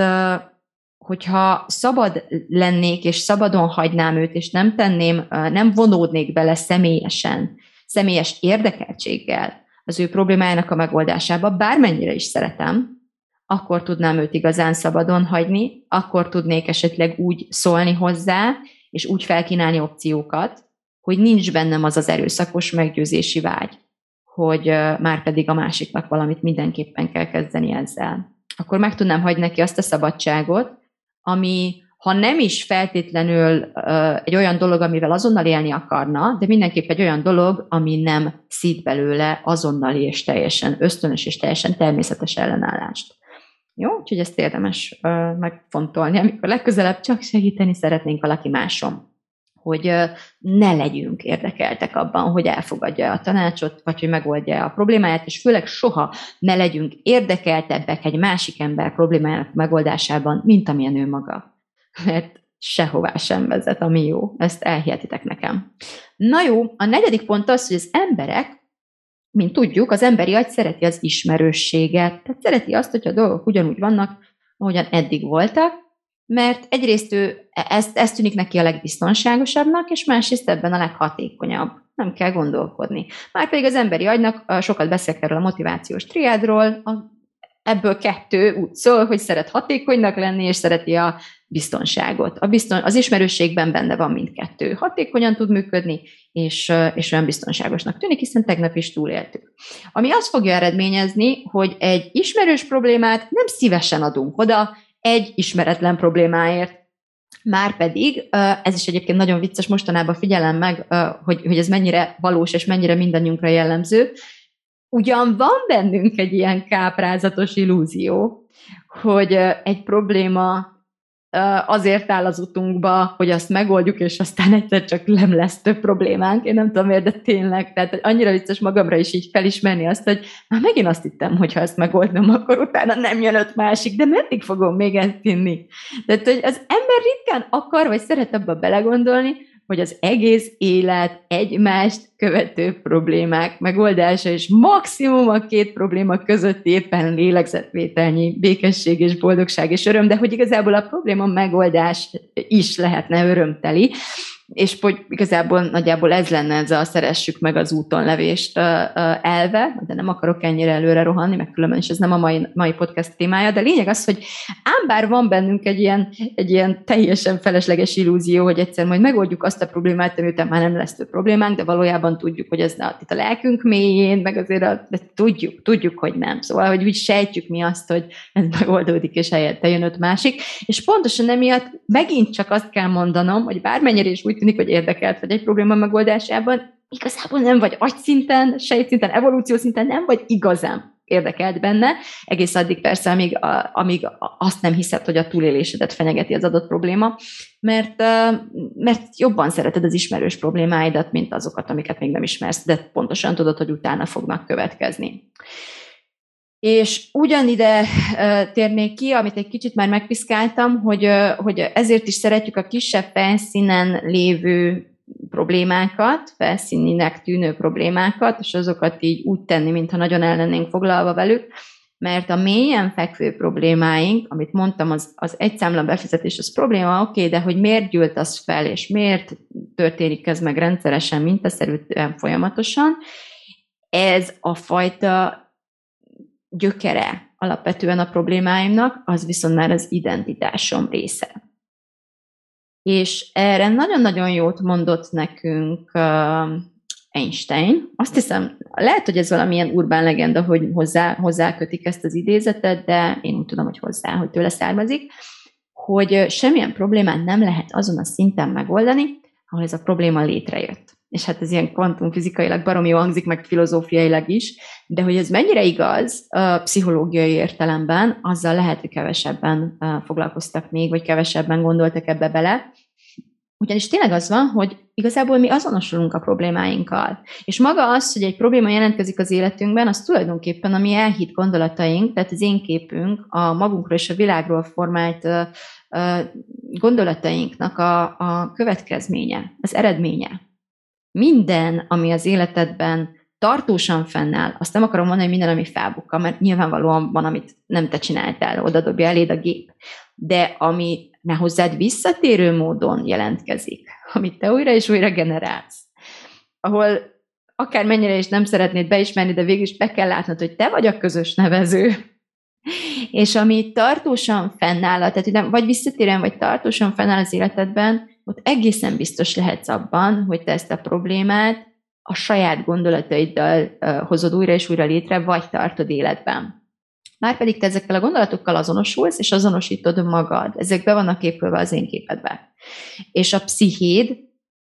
hogyha szabad lennék, és szabadon hagynám őt, és nem tenném, nem vonódnék bele személyesen, személyes érdekeltséggel az ő problémájának a megoldásába, bármennyire is szeretem, akkor tudnám őt igazán szabadon hagyni, akkor tudnék esetleg úgy szólni hozzá, és úgy felkínálni opciókat, hogy nincs bennem az az erőszakos meggyőzési vágy, hogy már pedig a másiknak valamit mindenképpen kell kezdeni ezzel. Akkor meg tudnám hagyni neki azt a szabadságot, ami, ha nem is feltétlenül uh, egy olyan dolog, amivel azonnal élni akarna, de mindenképp egy olyan dolog, ami nem szít belőle azonnali és teljesen ösztönös és teljesen természetes ellenállást. Jó? Úgyhogy ezt érdemes uh, megfontolni, amikor legközelebb csak segíteni szeretnénk valaki máson. Hogy uh, ne legyünk érdekeltek abban, hogy elfogadja a tanácsot, vagy hogy megoldja a problémáját, és főleg soha ne legyünk érdekeltebbek egy másik ember problémájának megoldásában, mint amilyen ő maga. Mert sehová sem vezet, ami jó. Ezt elhihetitek nekem. Na jó, a negyedik pont az, hogy az emberek, mint tudjuk, az emberi agy szereti az ismerősséget. Tehát szereti azt, hogy a dolgok ugyanúgy vannak, ahogyan eddig voltak, mert egyrészt ő ezt, ezt tűnik neki a legbiztonságosabbnak, és másrészt ebben a leghatékonyabb. Nem kell gondolkodni. Márpedig az emberi agynak, sokat beszélek erről a motivációs triádról, a, ebből kettő úgy szól, hogy szeret hatékonynak lenni, és szereti a biztonságot. A bizton, az ismerősségben benne van mindkettő. Hatékonyan tud működni, és, és olyan biztonságosnak tűnik, hiszen tegnap is túléltük. Ami azt fogja eredményezni, hogy egy ismerős problémát nem szívesen adunk oda, egy ismeretlen problémáért. Márpedig, ez is egyébként nagyon vicces, mostanában figyelem meg, hogy, hogy ez mennyire valós és mennyire mindannyiunkra jellemző. Ugyan van bennünk egy ilyen káprázatos illúzió, hogy egy probléma azért áll az utunkba, hogy azt megoldjuk, és aztán egyszer csak nem lesz több problémánk. Én nem tudom miért, de tényleg. Tehát annyira vicces magamra is így felismerni azt, hogy már megint azt hittem, hogy ha ezt megoldom, akkor utána nem jön öt másik, de meddig fogom még ezt hinni? Tehát, hogy az ember ritkán akar, vagy szeret abba belegondolni, hogy az egész élet egymást követő problémák megoldása, és maximum a két probléma között éppen lélegzetvételnyi békesség és boldogság és öröm, de hogy igazából a probléma megoldás is lehetne örömteli, és hogy igazából nagyjából ez lenne ez a szeressük meg az úton levést elve, de nem akarok ennyire előre rohanni, meg különben is ez nem a mai, mai podcast témája, de lényeg az, hogy ám bár van bennünk egy ilyen, egy ilyen teljesen felesleges illúzió, hogy egyszer majd megoldjuk azt a problémát, ami után már nem lesz több problémánk, de valójában tudjuk, hogy ez a, itt a lelkünk mélyén, meg azért a, de tudjuk, tudjuk, hogy nem. Szóval, hogy úgy sejtjük mi azt, hogy ez megoldódik, és helyette jön öt másik, és pontosan emiatt megint csak azt kell mondanom, hogy bármennyire is úgy tűnik, hogy érdekelt vagy egy probléma megoldásában, igazából nem vagy agyszinten, sejtszinten, evolúció szinten nem vagy igazán érdekelt benne, egész addig persze, amíg, a, amíg azt nem hiszed, hogy a túlélésedet fenyegeti az adott probléma, mert, mert jobban szereted az ismerős problémáidat, mint azokat, amiket még nem ismersz, de pontosan tudod, hogy utána fognak következni. És ugyanide uh, térnék ki, amit egy kicsit már megpiszkáltam, hogy, uh, hogy ezért is szeretjük a kisebb felszínen lévő problémákat, felszíninek tűnő problémákat, és azokat így úgy tenni, mintha nagyon el lennénk foglalva velük, mert a mélyen fekvő problémáink, amit mondtam, az, az egyszámla befizetés, az probléma, oké, okay, de hogy miért gyűlt az fel, és miért történik ez meg rendszeresen, mintaszerűen, folyamatosan, ez a fajta gyökere alapvetően a problémáimnak, az viszont már az identitásom része. És erre nagyon-nagyon jót mondott nekünk uh, Einstein. Azt hiszem, lehet, hogy ez valamilyen urbán legenda, hogy hozzá, hozzá kötik ezt az idézetet, de én úgy tudom, hogy hozzá, hogy tőle származik, hogy semmilyen problémát nem lehet azon a szinten megoldani, ahol ez a probléma létrejött. És hát ez ilyen kvantumfizikailag baromi jó hangzik, meg filozófiailag is, de hogy ez mennyire igaz a pszichológiai értelemben, azzal lehet, hogy kevesebben foglalkoztak még, vagy kevesebben gondoltak ebbe bele. Ugyanis tényleg az van, hogy igazából mi azonosulunk a problémáinkkal. És maga az, hogy egy probléma jelentkezik az életünkben, az tulajdonképpen a mi elhitt gondolataink, tehát az én képünk, a magunkról és a világról formált gondolatainknak a, a következménye, az eredménye. Minden, ami az életedben tartósan fennáll, azt nem akarom mondani, hogy minden, ami felbukkal, mert nyilvánvalóan van, amit nem te csináltál, oda dobja eléd a gép. De ami ne hozzád visszatérő módon jelentkezik, amit te újra és újra generálsz, ahol akármennyire is nem szeretnéd beismerni, de végül is be kell látnod, hogy te vagy a közös nevező, és ami tartósan fennáll, tehát vagy visszatérően, vagy tartósan fennáll az életedben, ott egészen biztos lehetsz abban, hogy te ezt a problémát a saját gondolataiddal uh, hozod újra és újra létre, vagy tartod életben. Márpedig te ezekkel a gondolatokkal azonosulsz, és azonosítod magad. Ezek be vannak épülve az én képedbe. És a pszichéd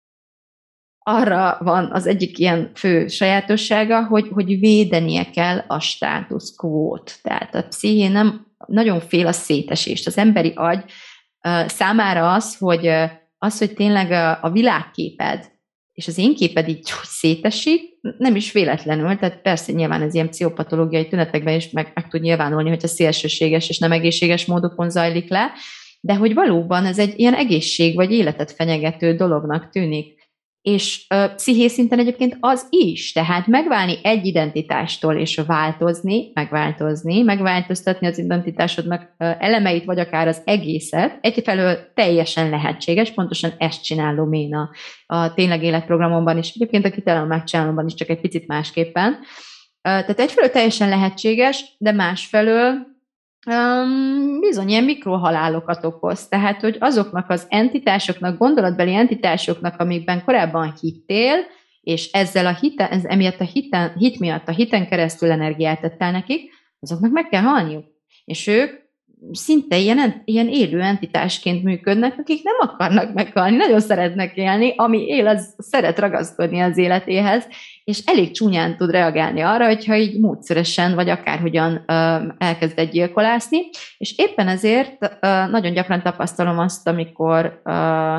arra van az egyik ilyen fő sajátossága, hogy, hogy védenie kell a status quo-t. Tehát a psziché nem nagyon fél a szétesést. Az emberi agy uh, számára az, hogy uh, az, hogy tényleg a, a világképed és az én képed így szétesik, nem is véletlenül, tehát persze nyilván ez ilyen pszichopatológiai tünetekben is meg, meg tud nyilvánulni, hogyha szélsőséges és nem egészséges módokon zajlik le, de hogy valóban ez egy ilyen egészség vagy életet fenyegető dolognak tűnik. És ö, pszichés szinten egyébként az is, tehát megválni egy identitástól és változni, megváltozni, megváltoztatni az identitásodnak ö, elemeit, vagy akár az egészet, egyfelől teljesen lehetséges, pontosan ezt csinálom én a, a Tényleg életprogramomban is, egyébként a Kitelem megcsinálomban is, csak egy picit másképpen. Ö, tehát egyfelől teljesen lehetséges, de másfelől Um, bizony ilyen mikrohalálokat okoz. Tehát, hogy azoknak az entitásoknak, gondolatbeli entitásoknak, amikben korábban hittél, és ezzel a hiten, ez, emiatt a hiten, hit miatt a hiten keresztül energiát tettel nekik, azoknak meg kell halniuk. És ők szinte ilyen, ilyen élő entitásként működnek, akik nem akarnak meghalni, nagyon szeretnek élni, ami él, az szeret ragaszkodni az életéhez, és elég csúnyán tud reagálni arra, hogyha így módszeresen, vagy akárhogyan uh, elkezd egy gyilkolászni, és éppen ezért uh, nagyon gyakran tapasztalom azt, amikor uh,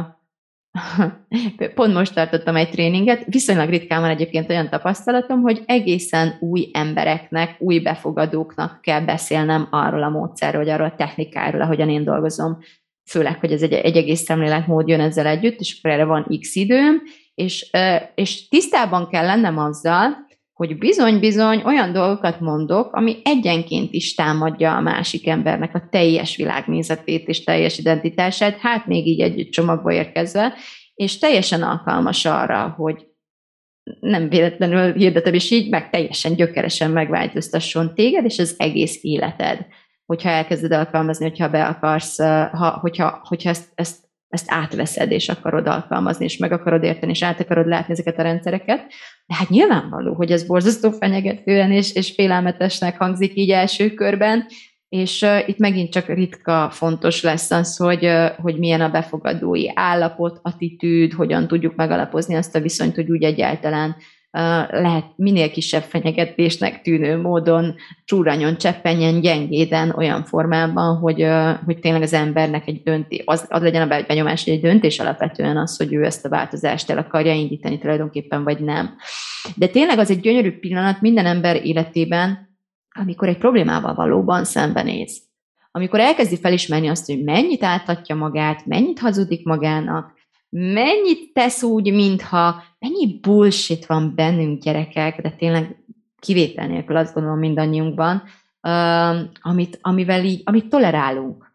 pont most tartottam egy tréninget, viszonylag ritkán van egyébként olyan tapasztalatom, hogy egészen új embereknek, új befogadóknak kell beszélnem arról a módszerről, vagy arról a technikáról, ahogyan én dolgozom, főleg, hogy ez egy, egy egész szemléletmód jön ezzel együtt, és akkor erre van x időm, és, és tisztában kell lennem azzal, hogy bizony-bizony olyan dolgokat mondok, ami egyenként is támadja a másik embernek a teljes világnézetét és teljes identitását, hát még így egy csomagba érkezve, és teljesen alkalmas arra, hogy nem véletlenül hirdetem, és így meg teljesen gyökeresen megváltoztasson téged, és az egész életed. Hogyha elkezded alkalmazni, hogyha be akarsz, ha, hogyha, hogyha ezt, ezt, ezt átveszed, és akarod alkalmazni, és meg akarod érteni, és át akarod látni ezeket a rendszereket. De hát nyilvánvaló, hogy ez borzasztó fenyegetően és, és félelmetesnek hangzik így első körben, és uh, itt megint csak ritka fontos lesz az, hogy, uh, hogy milyen a befogadói állapot, attitűd, hogyan tudjuk megalapozni azt a viszonyt, hogy úgy egyáltalán uh, lehet minél kisebb fenyegetésnek tűnő módon csúranyon, cseppenjen, gyengéden, olyan formában, hogy, uh, hogy tényleg az embernek egy döntés, az, az legyen a benyomás, hogy egy döntés alapvetően az, hogy ő ezt a változást el akarja indítani tulajdonképpen, vagy nem. De tényleg az egy gyönyörű pillanat minden ember életében, amikor egy problémával valóban szembenéz. Amikor elkezdi felismerni azt, hogy mennyit áthatja magát, mennyit hazudik magának, mennyit tesz úgy, mintha, mennyi bullshit van bennünk gyerekek, de tényleg kivétel nélkül azt gondolom mindannyiunkban, amit, amivel így, amit tolerálunk.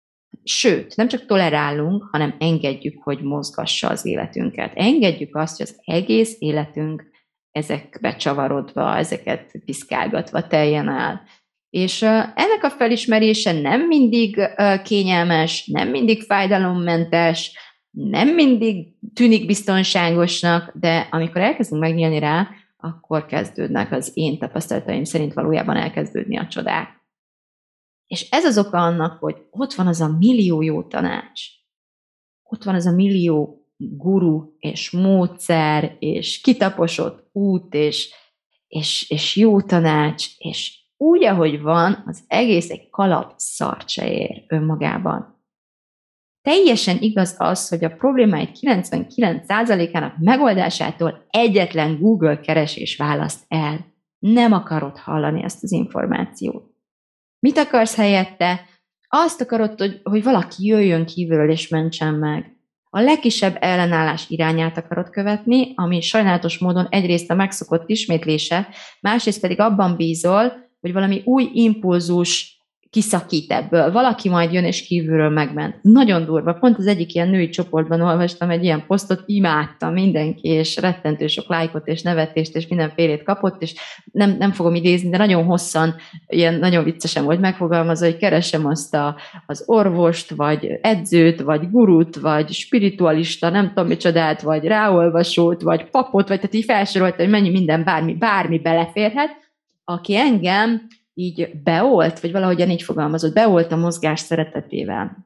Sőt, nem csak tolerálunk, hanem engedjük, hogy mozgassa az életünket. Engedjük azt, hogy az egész életünk ezekbe csavarodva, ezeket piszkálgatva teljen el. És ennek a felismerése nem mindig kényelmes, nem mindig fájdalommentes, nem mindig tűnik biztonságosnak, de amikor elkezdünk megnyílni rá, akkor kezdődnek az én tapasztalataim szerint valójában elkezdődni a csodák. És ez az oka annak, hogy ott van az a millió jó tanács, ott van az a millió guru és módszer, és kitaposott út, és, és, és jó tanács, és úgy, ahogy van, az egész egy kalap szart se ér önmagában. Teljesen igaz az, hogy a problémáid kilencvenkilenc százalékának megoldásától egyetlen Google keresés választ el. Nem akarod hallani ezt az információt. Mit akarsz helyette? Azt akarod, hogy, hogy valaki jöjjön kívülről és mentsen meg. A legkisebb ellenállás irányát akarod követni, ami sajnálatos módon egyrészt a megszokott ismétlése, másrészt pedig abban bízol, hogy valami új impulzus kiszakít ebből. Valaki majd jön és kívülről megment. Nagyon durva. Pont az egyik ilyen női csoportban olvastam egy ilyen posztot, imádta mindenki, és rettentő sok lájkot és nevetést, és mindenfélét kapott, és nem, nem fogom idézni, de nagyon hosszan, ilyen nagyon viccesen volt megfogalmazva, hogy keresem azt a, az orvost, vagy edzőt, vagy gurut, vagy spiritualista, nem tudom micsodát, vagy ráolvasót, vagy papot, vagy tehát így felsorolta, hogy mennyi minden, bármi, bármi beleférhet, aki engem így beolt, vagy valahogyan így fogalmazott, beolt a mozgás szeretetével.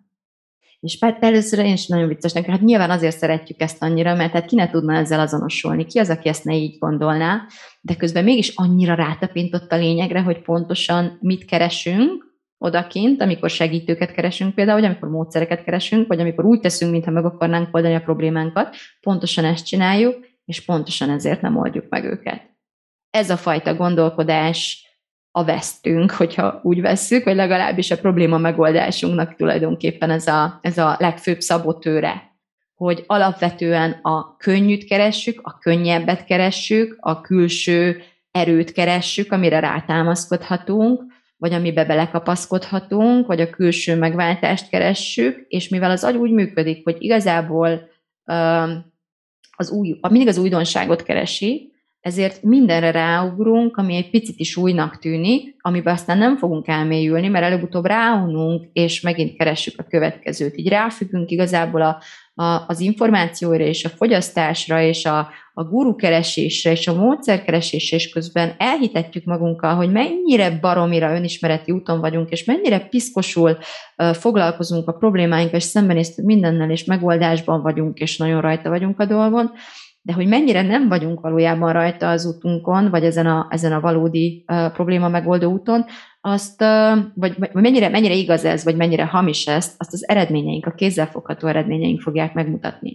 És hát először én is nagyon vicces nekem, hát nyilván azért szeretjük ezt annyira, mert hát ki ne tudna ezzel azonosulni, ki az, aki ezt ne így gondolná, de közben mégis annyira rátapintott a lényegre, hogy pontosan mit keresünk odakint, amikor segítőket keresünk például, vagy amikor módszereket keresünk, vagy amikor úgy teszünk, mintha meg akarnánk oldani a problémánkat, pontosan ezt csináljuk, és pontosan ezért nem oldjuk meg őket. Ez a fajta gondolkodás a vesztünk, hogyha úgy vesszük, vagy legalábbis a probléma megoldásunknak tulajdonképpen ez a, ez a legfőbb szabotőre, hogy alapvetően a könnyűt keressük, a könnyebbet keressük, a külső erőt keressük, amire rátámaszkodhatunk, vagy amibe belekapaszkodhatunk, vagy a külső megváltást keressük, és mivel az agy úgy működik, hogy igazából az új, mindig az újdonságot keresi, ezért mindenre ráugrunk, ami egy picit is újnak tűnik, amiben aztán nem fogunk elmélyülni, mert előbb-utóbb ráununk, és megint keressük a következőt. Így ráfüggünk igazából a, a, az információra, és a fogyasztásra, és a, a guru keresésre, és a módszerkeresésre, és közben elhitetjük magunkkal, hogy mennyire baromira önismereti úton vagyunk, és mennyire piszkosul uh, foglalkozunk a problémáinkkal, és szembenéztünk mindennel, és megoldásban vagyunk, és nagyon rajta vagyunk a dolgon, de hogy mennyire nem vagyunk valójában rajta az útunkon, vagy ezen a, ezen a valódi uh, probléma megoldó úton, azt, uh, vagy, vagy mennyire, mennyire igaz ez, vagy mennyire hamis ez, azt az eredményeink, a kézzelfogható eredményeink fogják megmutatni.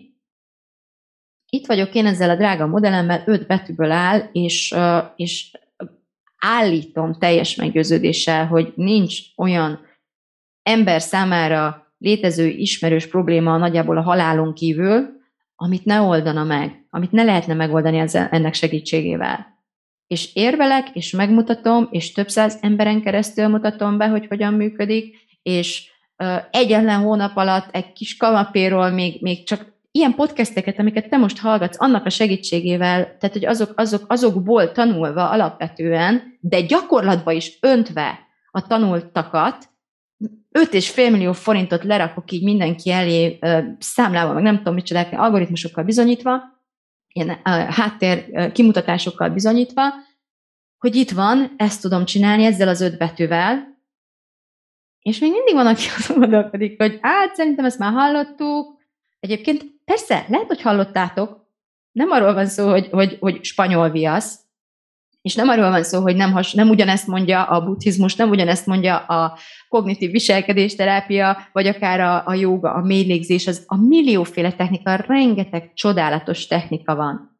Itt vagyok én ezzel a drága modellemmel, öt betűből áll, és, uh, és állítom teljes meggyőződéssel, hogy nincs olyan ember számára létező ismerős probléma nagyjából a halálon kívül, amit ne oldana meg, amit ne lehetne megoldani ezzel, ennek segítségével. És érvelek, és megmutatom, és több száz emberen keresztül mutatom be, hogy hogyan működik, és uh, egyetlen hónap alatt egy kis kanapéról még, még csak ilyen podcasteket, amiket te most hallgatsz, annak a segítségével, tehát hogy azok, azok, azokból tanulva alapvetően, de gyakorlatba is öntve a tanultakat, öt és fél millió forintot lerakok így mindenki elé számlával, meg nem tudom micsodák, algoritmusokkal bizonyítva, ilyen háttér kimutatásokkal bizonyítva, hogy itt van, ezt tudom csinálni ezzel az öt betűvel, és még mindig van, aki azon gondolkodik, hogy hát szerintem ezt már hallottuk. Egyébként persze, lehet, hogy hallottátok, nem arról van szó, hogy, hogy, hogy spanyol viasz, és nem arról van szó, hogy nem, has, nem ugyanezt mondja a buddhizmus, nem ugyanezt mondja a kognitív viselkedésterápia, vagy akár a, a jóga, a mélylégzés, az a millióféle technika, rengeteg csodálatos technika van.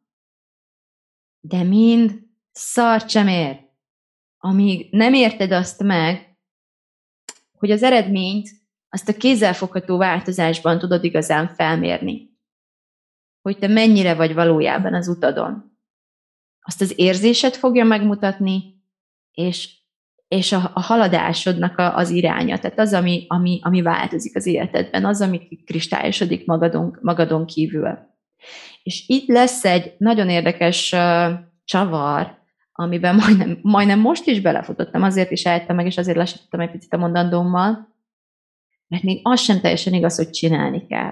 De mind szart sem ér, amíg nem érted azt meg, hogy az eredményt, azt a kézzelfogható változásban tudod igazán felmérni. hogy te mennyire vagy valójában az utadon. Azt az érzésed fogja megmutatni, és, és a, a haladásodnak a, az iránya, tehát az, ami, ami, ami változik az életedben, az, ami kristályosodik magadon, magadon kívül. És itt lesz egy nagyon érdekes uh, csavar, amiben majdnem, majdnem most is belefutottam, azért is álltam meg, és azért lassítottam egy picit a mondandómmal, mert még az sem teljesen igaz, hogy csinálni kell.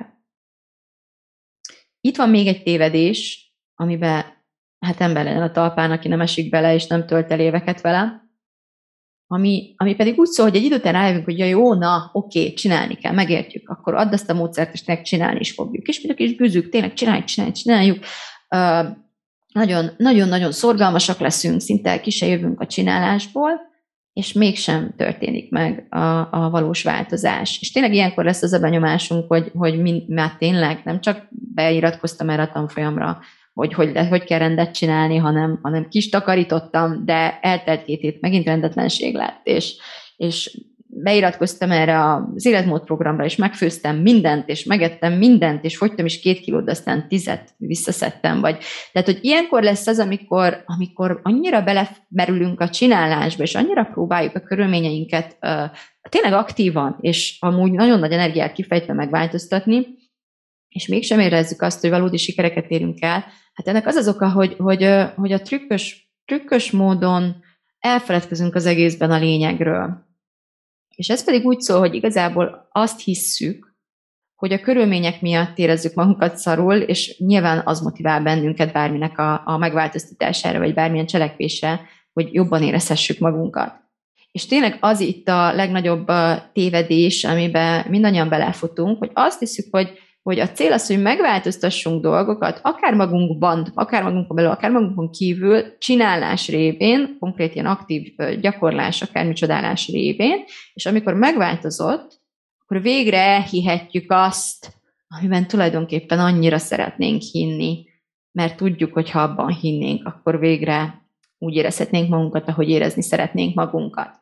Itt van még egy tévedés, amiben hát ember legyen a talpán, aki nem esik bele, és nem tölt el éveket vele, ami, ami pedig úgy szól, hogy egy idő után rájövünk, hogy ja, jó, na, oké, csinálni kell, megértjük, akkor add azt a módszert, és tényleg csinálni is fogjuk. És mondjuk is bűzük, tényleg csináljuk, csináljuk, csináljuk. Uh, nagyon-nagyon szorgalmasak leszünk, szinte ki se jövünk a csinálásból, és mégsem történik meg a, a valós változás. És tényleg ilyenkor lesz az a benyomásunk, hogy, hogy mind, már tényleg nem csak beiratkoztam erre a tanfolyamra, hogy, hogy hogy kell rendet csinálni, hanem, hanem kis takarítottam, de eltelt két hét, megint rendetlenség lett, és, és beiratkoztam erre az életmódprogramra, és megfőztem mindent, és megettem mindent, és fogytam is két kilót, de aztán tizet visszaszedtem, vagy. Tehát, hogy ilyenkor lesz az, amikor, amikor annyira belemerülünk a csinálásba, és annyira próbáljuk a körülményeinket uh, tényleg aktívan, és amúgy nagyon nagy energiát kifejtve megváltoztatni, és mégsem érezzük azt, hogy valódi sikereket érünk el. Hát ennek az az oka, hogy, hogy, hogy a trükkös, trükkös módon elfeledkezünk az egészben a lényegről. És ez pedig úgy szól, hogy igazából azt hisszük, hogy a körülmények miatt érezzük magunkat szarul, és nyilván az motivál bennünket bárminek a, a megváltoztatására, vagy bármilyen cselekvésre, hogy jobban érezhessük magunkat. És tényleg az itt a legnagyobb tévedés, amiben mindannyian belefutunk, hogy azt hiszük, hogy, hogy a cél az, hogy megváltoztassunk dolgokat, akár magunkban, akár magunkon belül, akár magunkon kívül, csinálás révén, konkrét ilyen aktív gyakorlás, akár micsodálás révén, és amikor megváltozott, akkor végre elhihetjük azt, amiben tulajdonképpen annyira szeretnénk hinni, mert tudjuk, hogy ha abban hinnénk, akkor végre úgy érezhetnénk magunkat, ahogy érezni szeretnénk magunkat.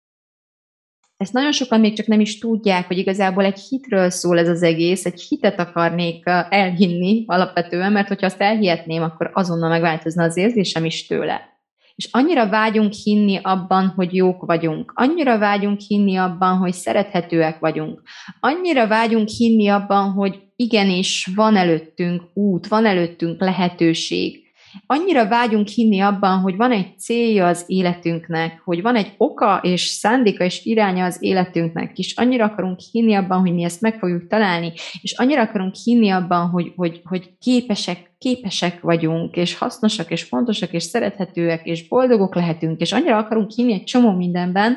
Ezt nagyon sokan még csak nem is tudják, hogy igazából egy hitről szól ez az egész, egy hitet akarnék elhinni alapvetően, mert hogyha azt elhihetném, akkor azonnal megváltozna az érzésem is tőle. És annyira vágyunk hinni abban, hogy jók vagyunk, annyira vágyunk hinni abban, hogy szerethetőek vagyunk, annyira vágyunk hinni abban, hogy igenis van előttünk út, van előttünk lehetőség, annyira vágyunk hinni abban, hogy van egy célja az életünknek, hogy van egy oka és szándéka és iránya az életünknek, és annyira akarunk hinni abban, hogy mi ezt meg fogjuk találni, és annyira akarunk hinni abban, hogy, hogy, hogy képesek, képesek vagyunk, és hasznosak, és fontosak, és szerethetőek, és boldogok lehetünk, és annyira akarunk hinni egy csomó mindenben,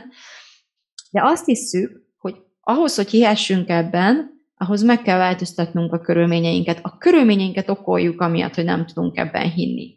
de azt hiszük, hogy ahhoz, hogy hihessünk ebben, ahhoz meg kell változtatnunk a körülményeinket. A körülményeinket okoljuk amiatt, hogy nem tudunk ebben hinni.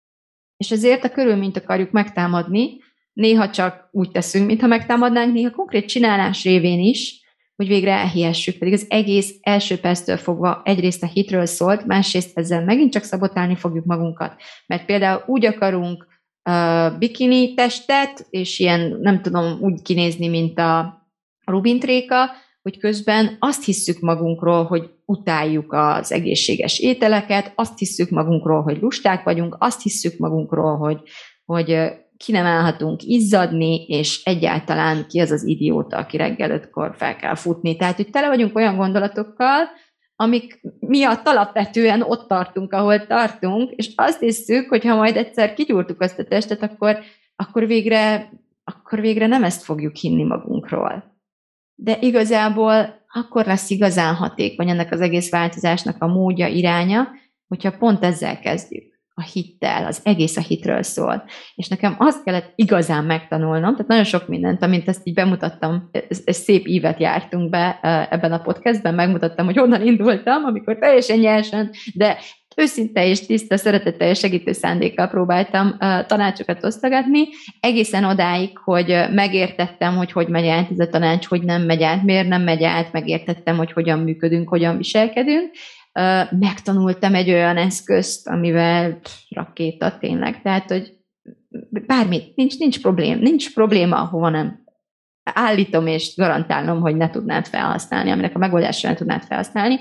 És ezért a körülményt akarjuk megtámadni, néha csak úgy teszünk, mintha megtámadnánk, néha konkrét csinálás révén is, hogy végre elhihessük. Pedig az egész első perctől fogva egyrészt a hitről szólt, másrészt ezzel megint csak szabotálni fogjuk magunkat. Mert például úgy akarunk uh, bikini testet, és ilyen, nem tudom, úgy kinézni, mint a Rubin-tréka, hogy közben azt hisszük magunkról, hogy utáljuk az egészséges ételeket, azt hisszük magunkról, hogy lusták vagyunk, azt hisszük magunkról, hogy, hogy ki nem állhatunk izzadni, és egyáltalán ki az az idióta, aki reggel ötkor fel kell futni. Tehát, hogy tele vagyunk olyan gondolatokkal, amik miatt alapvetően ott tartunk, ahol tartunk, és azt hiszük, hogy ha majd egyszer kigyúrtuk azt a testet, akkor, akkor, végre, akkor végre nem ezt fogjuk hinni magunkról. De igazából akkor lesz igazán hatékony ennek az egész változásnak a módja, iránya, hogyha pont ezzel kezdjük, a hittel, az egész a hitről szól. És nekem azt kellett igazán megtanulnom, tehát nagyon sok mindent, amint ezt így bemutattam, ez, ez szép ívet jártunk be ebben a podcastben, megmutattam, hogy honnan indultam, amikor teljesen nyersen, de őszinte és tiszta, szeretetteljes segítő szándékkal próbáltam uh, tanácsokat osztogatni, egészen odáig, hogy megértettem, hogy hogy megy át ez a tanács, hogy nem megy át, miért nem megy át, megértettem, hogy hogyan működünk, hogyan viselkedünk. Uh, megtanultam egy olyan eszközt, amivel pff, rakéta tényleg, tehát, hogy bármit, nincs, nincs problém, nincs probléma, ahova nem állítom és garantálom, hogy ne tudnád felhasználni, aminek a megoldásra nem tudnád felhasználni.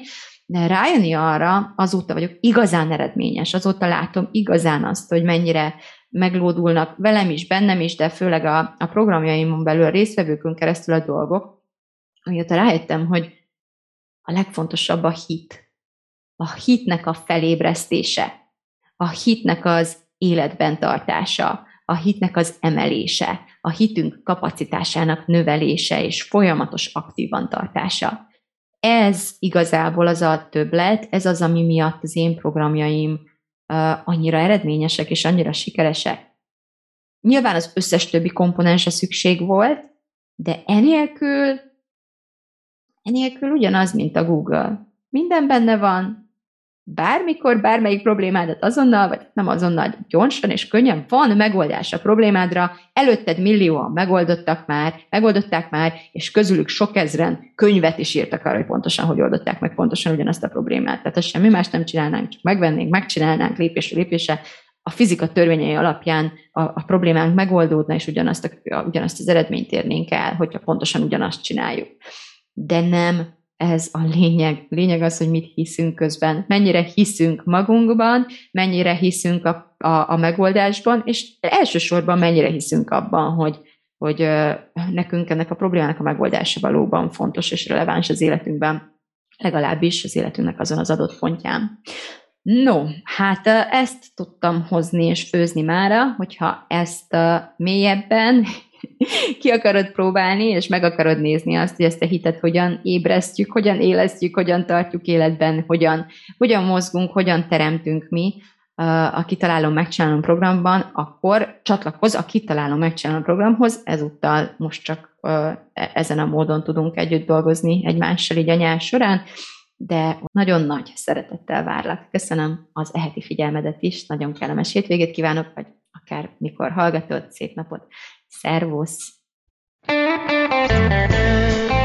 De rájönni arra, azóta vagyok igazán eredményes, azóta látom igazán azt, hogy mennyire meglódulnak velem is, bennem is, de főleg a, a programjaimon belül a résztvevőkön keresztül a dolgok, amióta rájöttem, hogy a legfontosabb a hit. A hitnek a felébresztése, a hitnek az életben tartása, a hitnek az emelése, a hitünk kapacitásának növelése és folyamatos aktívan tartása. Ez igazából az a többlet, ez az, ami miatt az én programjaim uh, annyira eredményesek és annyira sikeresek. Nyilván az összes többi komponensre szükség volt, de enélkül, enélkül ugyanaz, mint a Google. Minden benne van, bármikor, bármelyik problémádat azonnal, vagy nem azonnal, gyorsan és könnyen van megoldás a problémádra, előtted millióan megoldottak már, megoldották már, és közülük sok ezren könyvet is írtak arra, hogy pontosan hogy oldották meg pontosan ugyanazt a problémát. Tehát ezt semmi más nem csinálnánk, csak megvennénk, megcsinálnánk lépésről lépésre, a fizika törvényei alapján a, a problémánk megoldódna, és ugyanazt, a, ugyanazt az eredményt érnénk el, hogyha pontosan ugyanazt csináljuk. De nem ez a lényeg. Lényeg az, hogy mit hiszünk közben. Mennyire hiszünk magunkban, mennyire hiszünk a, a, a megoldásban, és elsősorban mennyire hiszünk abban, hogy, hogy ö, nekünk ennek a problémának a megoldása valóban fontos és releváns az életünkben, legalábbis az életünknek azon az adott pontján. No, hát ezt tudtam hozni és főzni mára, hogyha ezt mélyebben ki akarod próbálni, és meg akarod nézni azt, hogy ezt a hitet hogyan ébresztjük, hogyan élesztjük, hogyan tartjuk életben, hogyan, hogyan mozgunk, hogyan teremtünk mi a Kitalálom, Megcsinálom programban, akkor csatlakozz a Kitalálom, Megcsinálom programhoz, ezúttal most csak ezen a módon tudunk együtt dolgozni egymással így a nyár során, de nagyon nagy szeretettel várlak. Köszönöm az eheti figyelmedet is, nagyon kellemes hétvégét kívánok, vagy akár mikor hallgatod, szép napot. Szervusz!